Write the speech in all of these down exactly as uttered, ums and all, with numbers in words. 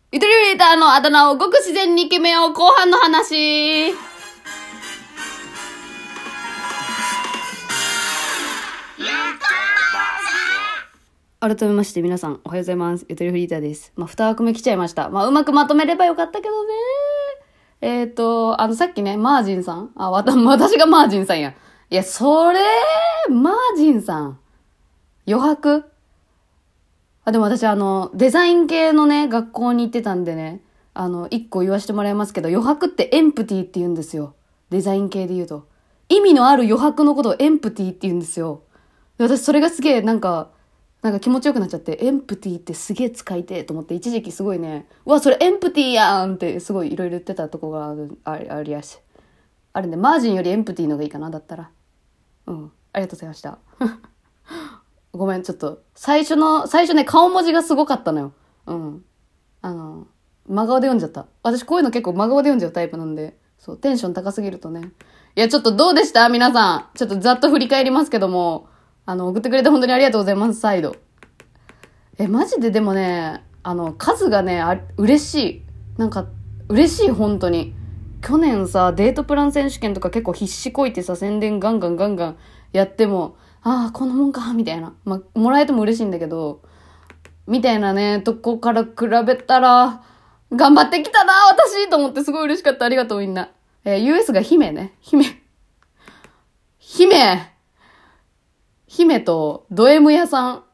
ゆとりフリーターのあだ名をごく自然に決めよう後半の話。改めまして皆さんおはようございます。ゆとりフリーターです。まあ、に枠目来ちゃいました。まあ、うまくまとめればよかったけどね。えっと、あの、さっきね、マージンさんあ、わた、私がマージンさんや。いや、それ、マージンさん。余白あ、でも私あの、デザイン系のね、学校に行ってたんでね、あの、一個言わせてもらいますけど、余白ってエンプティって言うんですよ。デザイン系で言うと。意味のある余白のことをエンプティって言うんですよ。で私それがすげえなんか、なんか気持ちよくなっちゃって、エンプティってすげえ使いてえと思って、一時期すごいね、うわ、それエンプティやんってすごいいろいろ言ってたとこがある、あり、ありやし。あるんで、マージンよりエンプティのがいいかな、だったら。うん。ありがとうございました。ごめん、ちょっと、最初の、最初ね、顔文字がすごかったのよ。うん。あの、真顔で読んじゃった。私こういうの結構真顔で読んじゃうタイプなんで、そう、テンション高すぎるとね。いや、ちょっとどうでした皆さん。ちょっとざっと振り返りますけども、あの、送ってくれて本当にありがとうございます、再度。え、マジででもね、あの、数がね、あ、嬉しい。なんか、嬉しい、本当に。去年さ、デートプラン選手権とか結構必死こいてさ、宣伝ガンガンガンガンやっても、ああ、こんなもんか、みたいな。まあ、もらえても嬉しいんだけど、みたいなね、とこから比べたら、頑張ってきたな、私と思ってすごい嬉しかった。ありがとう、みんな。えー、ユーエス が姫ね。姫。姫姫と、ド M 屋さん。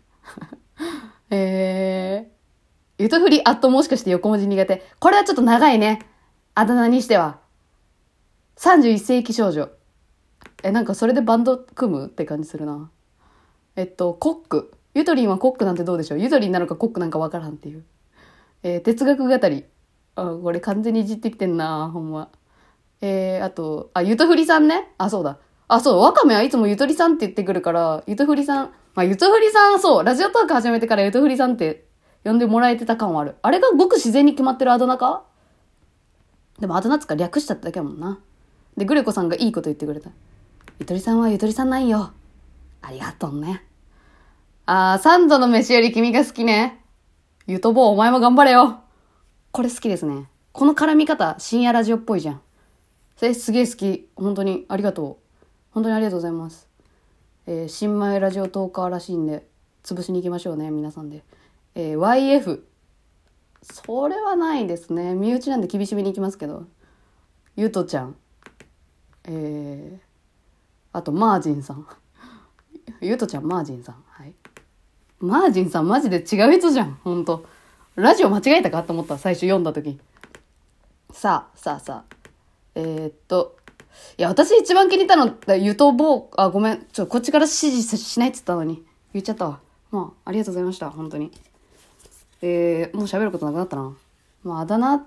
えー、ゆとふり、あっともしかして横文字苦手。これはちょっと長いね。あだ名にしては。さんじゅういっ世紀少女。え、なんかそれでバンド組むって感じするな。えっと、コック。ゆとりんはコックなんてどうでしょう。ゆとりんなのかコックなんかわからんっていう。えー、哲学語り。あ、これ完全にいじってきてんな、ほんま。えー、あと、あ、ゆとふりさんね。あ、そうだ。あ、そう、わかめはいつもゆとりさんって言ってくるから、ゆとふりさん、まあ、ゆとふりさん、そう、ラジオトーク始めてからゆとふりさんって呼んでもらえてた感はある。あれがごく自然に決まってるあだ名か？でもあだ名つか略したってだけやもんな。で、グレコさんがいいこと言ってくれた。ゆとりさんはゆとりさんなんよ。ありがとうね。あー、三度の飯より君が好きね。ゆとぼうお前も頑張れよ。これ好きですね。この絡み方、深夜ラジオっぽいじゃん。それすげえ好き。本当にありがとう。本当にありがとうございます。えー、新米ラジオトーカーらしいんで、潰しに行きましょうね、皆さんで。えー、ワイエフ。それはないですね。身内なんで厳しめに行きますけど。ゆとちゃん。えー、あと、マージンさん。ゆとちゃん、マージンさん。はい。マージンさんマジで違う人じゃん。ほんと。ラジオ間違えたかと思った。最初読んだ時。さあ、さあ、さあ。えー、っと。いや、私一番気に入ったの、ゆとぼう、あ、ごめん。ちょ、こっちから指示しないって言ったのに。言っちゃったわ。まあ、ありがとうございました。本当に。えー、もう喋ることなくなったな。まあ、あだ名って、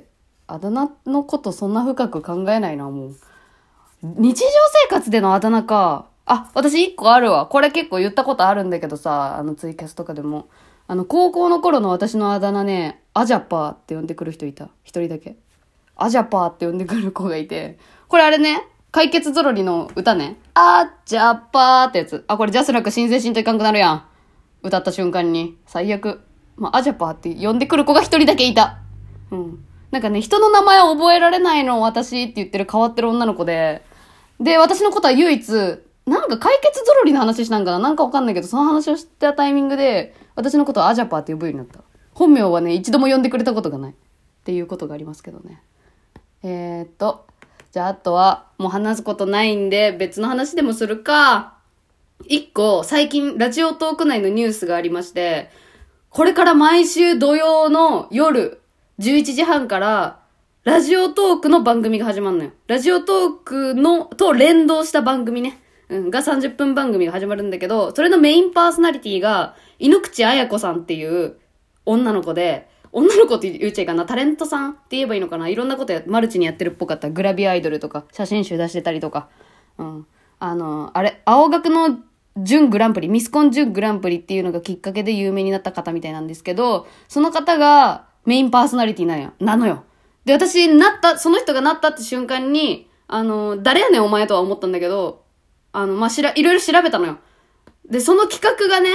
あだ名のことそんな深く考えないな、もう。日常生活でのあだ名か。あ、私一個あるわ。これ結構言ったことあるんだけどさ、あのツイキャスとかでも。あの、高校の頃の私のあだ名ね、アジャパーって呼んでくる人いた。一人だけ。アジャパーって呼んでくる子がいて。これあれね、解決ぞろりの歌ね。アジャパーってやつ。あ、これジャスラック申請しんといかんくなるやん。歌った瞬間に。最悪。まあ、アジャパーって呼んでくる子が一人だけいた。うん。なんかね、人の名前を覚えられないの私って言ってる変わってる女の子で、で、私のことは唯一、なんか解決ぞろりの話したんかななんかわかんないけど、その話をしたタイミングで、私のことをアジャパーって呼ぶようになった。本名はね、一度も呼んでくれたことがない。っていうことがありますけどね。えーっと、じゃああとは、もう話すことないんで、別の話でもするか。一個、最近、ラジオトーク内のニュースがありまして、これから毎週土曜の夜、じゅういちじはんから、ラジオトークの番組が始まるのよ。ラジオトークの、と連動した番組ね。うん、がさんじゅっぷん番組が始まるんだけど、それのメインパーソナリティが、井口彩子さんっていう女の子で、女の子って言っちゃいかな、タレントさんって言えばいいのかな、いろんなことや、マルチにやってるっぽかった。グラビアアイドルとか、写真集出してたりとか。うん。あの、あれ、青学の準グランプリ、ミスコン準グランプリっていうのがきっかけで有名になった方みたいなんですけど、その方がメインパーソナリティなのよ。なのよ。で、私、なった、その人がなったって瞬間に、あの、誰やねんお前とは思ったんだけど、あの、まあ、しら、いろいろ調べたのよ。で、その企画がね、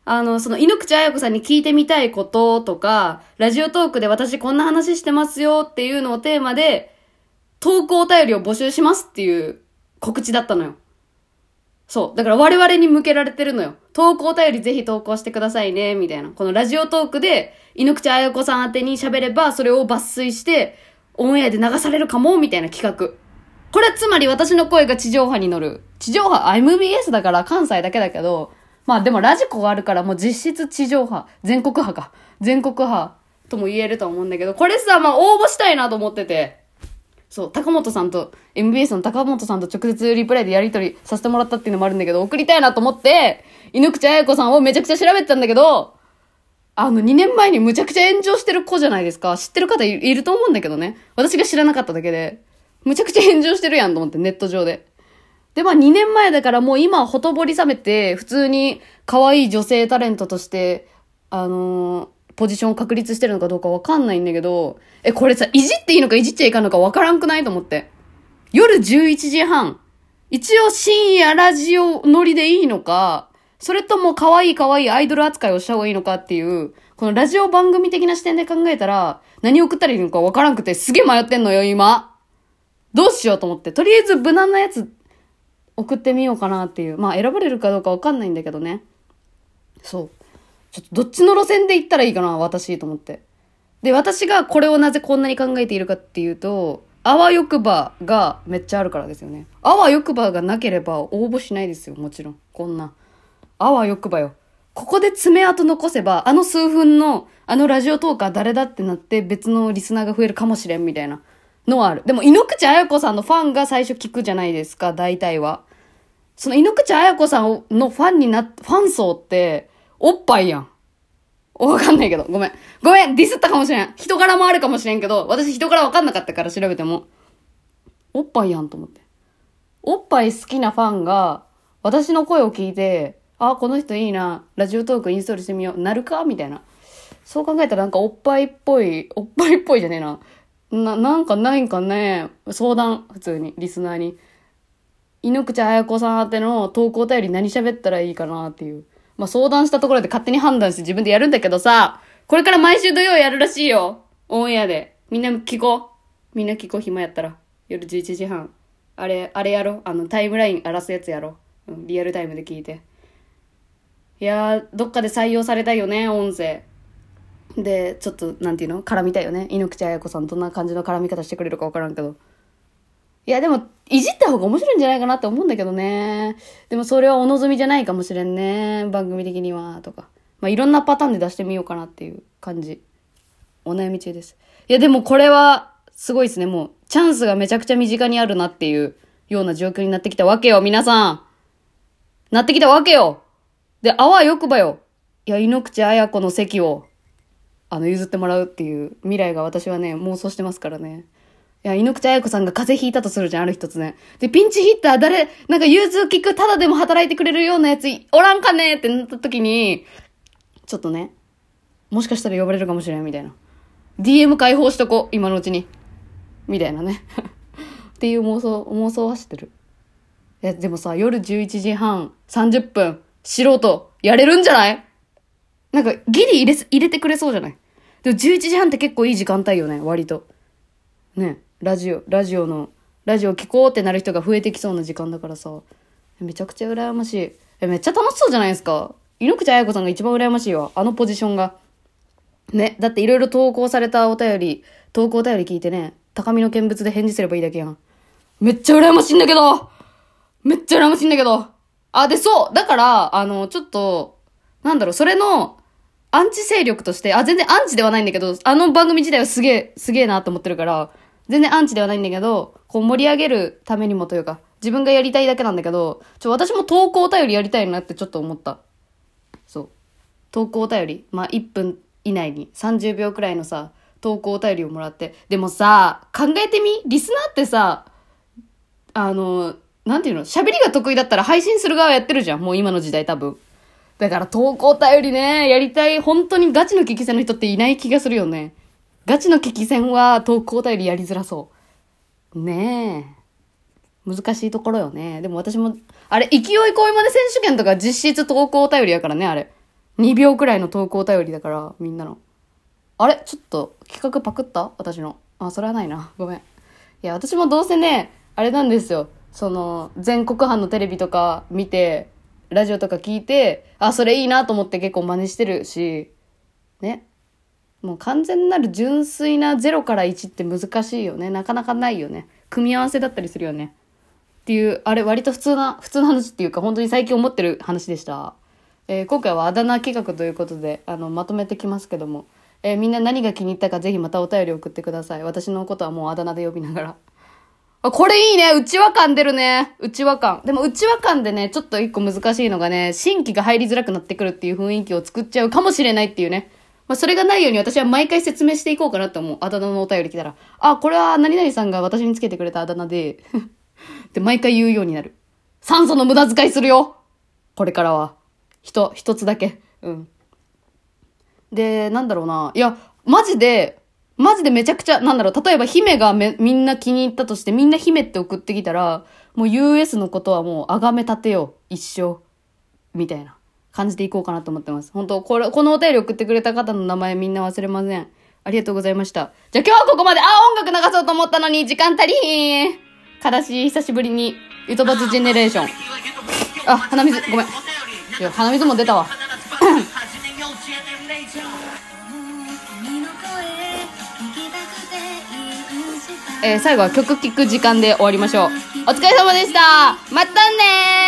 あの、その、井ノ口彩子さんに聞いてみたいこととか、ラジオトークで私こんな話してますよっていうのをテーマで、投稿お便りを募集しますっていう告知だったのよ。そう。だから我々に向けられてるのよ。投稿お便りぜひ投稿してくださいね、みたいな。このラジオトークで、井ノ口彩子さん宛てに喋れば、それを抜粋して、オンエアで流されるかも、みたいな企画。これはつまり私の声が地上波に乗る。地上波、エムビーエス だから関西だけだけど、まあでもラジコがあるからもう実質地上波、全国波か。全国波とも言えると思うんだけど、これさ、まあ応募したいなと思ってて。そう、高本さんと、エムビーエス の高本さんと直接リプライでやり取りさせてもらったっていうのもあるんだけど、送りたいなと思って、井ノ口彩子さんをめちゃくちゃ調べてたんだけど、あの、にねんまえにむちゃくちゃ炎上してる子じゃないですか。知ってる方 い, いると思うんだけどね。私が知らなかっただけで。むちゃくちゃ炎上してるやんと思って、ネット上で。で、まあにねんまえだからもう今はほとぼり冷めて、普通に可愛い女性タレントとして、あのー、ポジションを確立してるのかどうかわかんないんだけど、え、これさ、いじっていいのかいじっちゃいかんのかわからんくないと思って。夜じゅういちじはん。一応深夜ラジオ乗りでいいのか、それとも可愛い可愛いアイドル扱いをした方がいいのかっていう、このラジオ番組的な視点で考えたら、何を送ったらいいのかわからんくて、すげえ迷ってんのよ、今。どうしようと思って。とりあえず無難なやつ送ってみようかなっていう。まあ選ばれるかどうかわかんないんだけどね。そう。ちょっとどっちの路線で行ったらいいかな、私と思って。で、私がこれをなぜこんなに考えているかっていうと、あわよくばがめっちゃあるからですよね。あわよくばがなければ応募しないですよ、もちろん。こんな。あわよくばよ。ここで爪痕残せば、あの数分の、あのラジオトーカー誰だってなって別のリスナーが増えるかもしれんみたいなのはある。でも、井ノ口彩子さんのファンが最初聞くじゃないですか、大体は。その井ノ口彩子さんのファンになっ、ファン層って、おっぱいやん。わかんないけど、ごめん。ごめん、ディスったかもしれん。人柄もあるかもしれんけど、私人柄わかんなかったから調べても。おっぱいやんと思って。おっぱい好きなファンが、私の声を聞いて、あ、この人いいな、ラジオトークインストールしてみよう、なるかみたいな。そう考えたらなんかおっぱいっぽい、おっぱいっぽいじゃねえな。な、なんかないんかね、相談、普通に、リスナーに。井ノ口彩子さん宛ての投稿お便り何喋ったらいいかなっていう。まあ相談したところで勝手に判断して自分でやるんだけどさ、これから毎週土曜やるらしいよ。オンエアで。みんな聞こう。みんな聞こう、暇やったら。夜じゅういちじはん。あれ、あれやろ。あの、タイムライン荒らすやつやろ。うん、リアルタイムで聞いて。いやー、どっかで採用されたいよね、音声。で、ちょっと、なんていうの絡みたいよね。井ノ口彩子さんどんな感じの絡み方してくれるかわからんけど。いや、でも、いじった方が面白いんじゃないかなって思うんだけどね。でもそれはお望みじゃないかもしれんね。番組的には、とか。まあ、いろんなパターンで出してみようかなっていう感じ。お悩み中です。いや、でもこれは、すごいですね。もう、チャンスがめちゃくちゃ身近にあるなっていうような状況になってきたわけよ、皆さん。なってきたわけよ。で、あわよくばよ。いや、井ノ口彩子の席を、あの、譲ってもらうっていう未来が私はね、妄想してますからね。いや、井ノ口彩子さんが風邪ひいたとするじゃん、ある一つね。で、ピンチヒッター誰、なんか融通聞く、ただでも働いてくれるようなやつおらんかねってなった時に、ちょっとね、もしかしたら呼ばれるかもしれん、みたいな。ディーエム 開放しとこ、今のうちに。みたいなね。っていう妄想、妄想はしてる。いや、でもさ、夜じゅういちじはん、さんじゅっぷん、素人、やれるんじゃない？なんか、ギリ入れ、入れてくれそうじゃない？でもじゅういちじはんって結構いい時間帯よね、割と。ね。ラジオ、ラジオの、ラジオ聞こうってなる人が増えてきそうな時間だからさ、めちゃくちゃ羨ましい。え、めっちゃ楽しそうじゃないですか。井ノ口彩子さんが一番羨ましいわ。あのポジションが。ね、だっていろいろ投稿されたお便り、投稿お便り聞いてね、高みの見物で返事すればいいだけやん。めっちゃ羨ましいんだけどめっちゃ羨ましいんだけどあ、で、そうだから、あの、ちょっと、なんだろう、それの、アンチ勢力として、あ、全然アンチではないんだけど、あの番組自体はすげえ、すげえなと思ってるから、全然アンチではないんだけど、こう盛り上げるためにもというか、自分がやりたいだけなんだけど、ちょ、私も投稿お便りやりたいなってちょっと思った。そう。投稿お便り。まあ、いっぷん以内にさんじゅうびょうくらいのさ、投稿お便りをもらって。でもさ、考えてみ？リスナーってさ、あの、なんていうの？喋りが得意だったら配信する側やってるじゃん。もう今の時代多分。だから投稿お便りね、やりたい。本当にガチの聞き戦の人っていない気がするよね。ガチの聞き戦は投稿お便りやりづらそう。ねえ。難しいところよね。でも私も、あれ、勢い恋まで選手権とか実質投稿お便りやからね、あれ。 にびょうくらいの投稿お便りだから、みんなの。あれちょっと企画パクった私の。あ、それはないな。ごめん。いや、私もどうせね、あれなんですよ。その、全国版のテレビとか見て、ラジオとか聞いて、あ、それいいなと思って結構真似してるし、ね。もう完全なる純粋なゼロからいちって難しいよね。なかなかないよね。組み合わせだったりするよね。っていう、あれ割と普通な、普通の話っていうか本当に最近思ってる話でした。えー、今回はあだ名企画ということで、あの、まとめてきますけども、えー、みんな何が気に入ったかぜひまたお便り送ってください。私のことはもうあだ名で呼びながら。あ、これいいね。内輪感出るね。内輪感。でも内輪感でね、ちょっと一個難しいのがね、新規が入りづらくなってくるっていう雰囲気を作っちゃうかもしれないっていうね。まあ、それがないように私は毎回説明していこうかなって思う。あだ名のお便り来たら。あ、これは何々さんが私につけてくれたあだ名で、って毎回言うようになる。酸素の無駄遣いするよこれからは。人、一つだけ。うん。で、なんだろうな。いや、マジで、マジでめちゃくちゃ、なんだろう。例えば姫がめみんな気に入ったとして、みんな姫って送ってきたら、もう ユーエス のことはもう崇め立てよう。一生。みたいな感じでいこうかなと思ってます。本当これ、このお便り送ってくれた方の名前みんな忘れません。ありがとうございました。じゃあ今日はここまで。あ、音楽流そうと思ったのに時間足りひん。悲しい、久しぶりに。ゆとばつジェネレーション。あ、鼻水、ごめん。いや、鼻水も出たわ。えー、最後は曲聴く時間で終わりましょう。お疲れ様でした。またねー。